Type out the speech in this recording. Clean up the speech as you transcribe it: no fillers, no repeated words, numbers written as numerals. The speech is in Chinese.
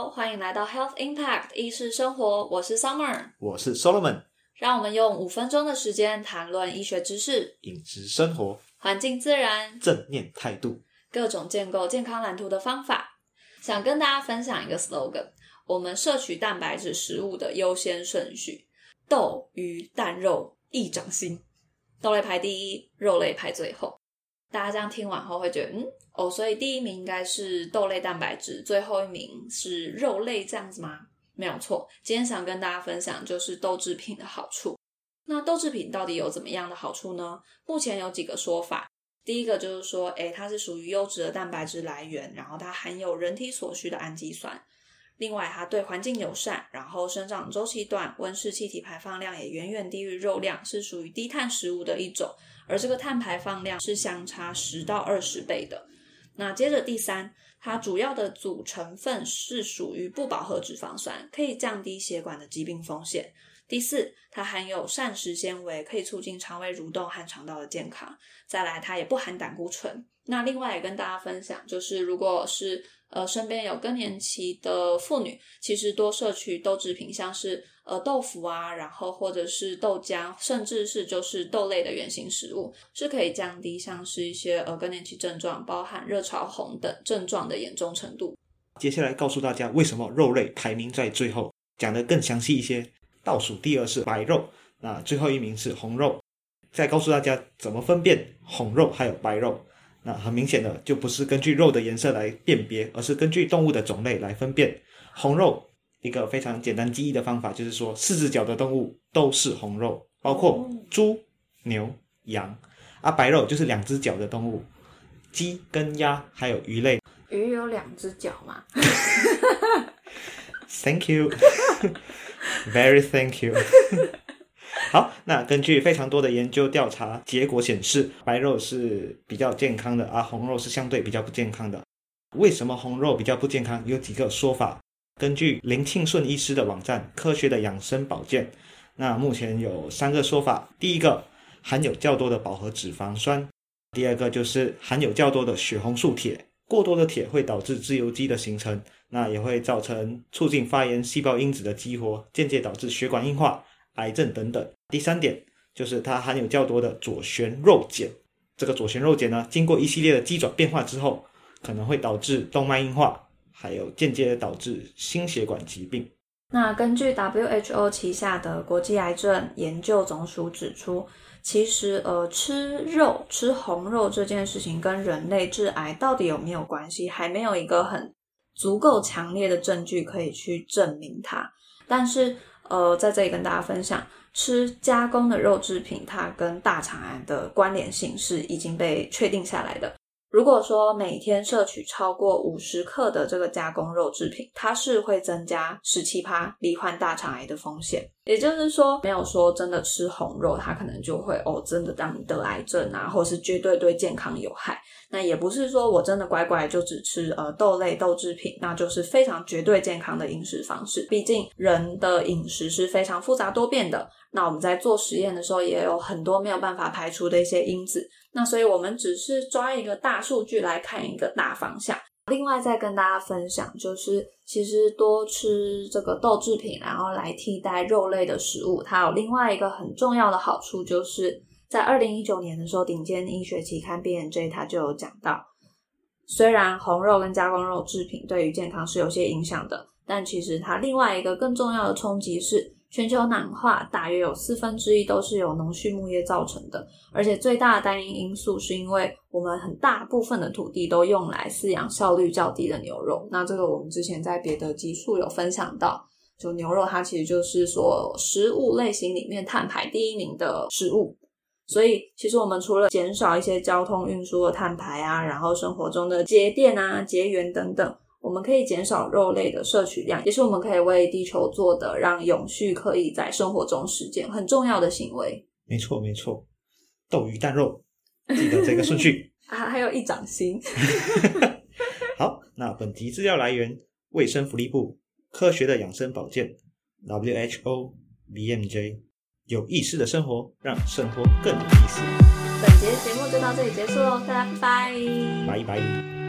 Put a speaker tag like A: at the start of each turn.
A: 好，欢迎来到 Health Impact 意识生活，我是 Summer，
B: 我是 Solomon，
A: 让我们用5分钟的时间谈论医学知识、
B: 饮食生活、
A: 环境自然、
B: 正念态度，
A: 各种建构健康蓝图的方法。想跟大家分享一个 slogan， 我们摄取蛋白质食物的优先顺序，豆、鱼、蛋、肉一掌心，豆类排第一，肉类排最后。大家这样听完后会觉得所以第一名应该是豆类蛋白质，最后一名是肉类，这样子吗？没有错，今天想跟大家分享就是豆制品的好处。那豆制品到底有怎么样的好处呢？目前有几个说法。第一个就是说它是属于优质的蛋白质来源，然后它含有人体所需的氨基酸，另外它对环境友善，然后生长周期短，温室气体排放量也远远低于肉量，是属于低碳食物的一种，而这个碳排放量是相差10到20倍的。那接着第三，它主要的组成分是属于不饱和脂肪酸，可以降低血管的疾病风险。第四，它含有膳食纤维，可以促进肠胃蠕动和肠道的健康。再来，它也不含胆固醇。那另外也跟大家分享，就是如果是身边有更年期的妇女，其实多摄取豆制品，像是豆腐啊，然后或者是豆浆，甚至是就是豆类的原型食物，是可以降低像是一些更年期症状，包含热潮红等症状的严重程度。
B: 接下来告诉大家为什么肉类排名在最后，讲得更详细一些。倒数第二是白肉，那最后一名是红肉。再告诉大家怎么分辨红肉还有白肉。那很明显的就不是根据肉的颜色来辨别，而是根据动物的种类来分辨。红肉一个非常简单记忆的方法就是说4只脚的动物都是红肉，包括猪、牛、羊。白肉就是2只脚的动物，鸡跟鸭还有鱼类。
A: 鱼有2只脚吗？
B: Thank you Very thank you 好，那根据非常多的研究调查结果显示，白肉是比较健康的，红肉是相对比较不健康的。为什么红肉比较不健康？有几个说法。根据林庆顺医师的网站科学的养生保健，那目前有3个说法。第一个，含有较多的饱和脂肪酸。第二个就是含有较多的血红素铁，过多的铁会导致自由基的形成，那也会造成促进发炎细胞因子的激活，间接导致血管硬化、癌症等等。第3点就是它含有较多的左旋肉碱。这个左旋肉碱呢，经过一系列的机转变化之后，可能会导致动脉硬化，还有间接导致心血管疾病。
A: 那根据 WHO 旗下的国际癌症研究总署指出，其实吃红肉这件事情跟人类致癌到底有没有关系，还没有一个很足够强烈的证据可以去证明它。但是在这里跟大家分享，吃加工的肉制品它跟大肠癌的关联性是已经被确定下来的。如果说每天摄取超过50克的这个加工肉制品，它是会增加 17% 罹患大肠癌的风险。也就是说，没有说真的吃红肉它可能就会真的让你得癌症啊，或是绝对对健康有害。那也不是说我真的乖乖就只吃豆类豆制品，那就是非常绝对健康的饮食方式。毕竟人的饮食是非常复杂多变的，那我们在做实验的时候也有很多没有办法排除的一些因子，那所以我们只是抓一个大数据来看一个大方向。另外再跟大家分享，就是其实多吃这个豆制品然后来替代肉类的食物，它有另外一个很重要的好处，就是在2019年的时候，顶尖医学期刊 BMJ 它就有讲到，虽然红肉跟加工肉制品对于健康是有些影响的，但其实它另外一个更重要的冲击是全球暖化大约有1/4都是由农畜牧业造成的，而且最大的单一因素是因为我们很大部分的土地都用来饲养效率较低的牛肉。那这个我们之前在别的集数有分享到，就牛肉它其实就是说食物类型里面碳排第1名的食物。所以其实我们除了减少一些交通运输的碳排啊，然后生活中的节电啊、节源等等，我们可以减少肉类的摄取量，也是我们可以为地球做的让永续可以在生活中实践很重要的行为。
B: 没错没错，豆鱼蛋肉，记得这个顺序
A: 还有一掌心
B: 好，那本集资料来源卫生福利部科学的养生保健 WHO BMJ， 有意识的生活，让生活更有意思。
A: 本节节目就到这里结束咯，大家拜拜。
B: 拜拜。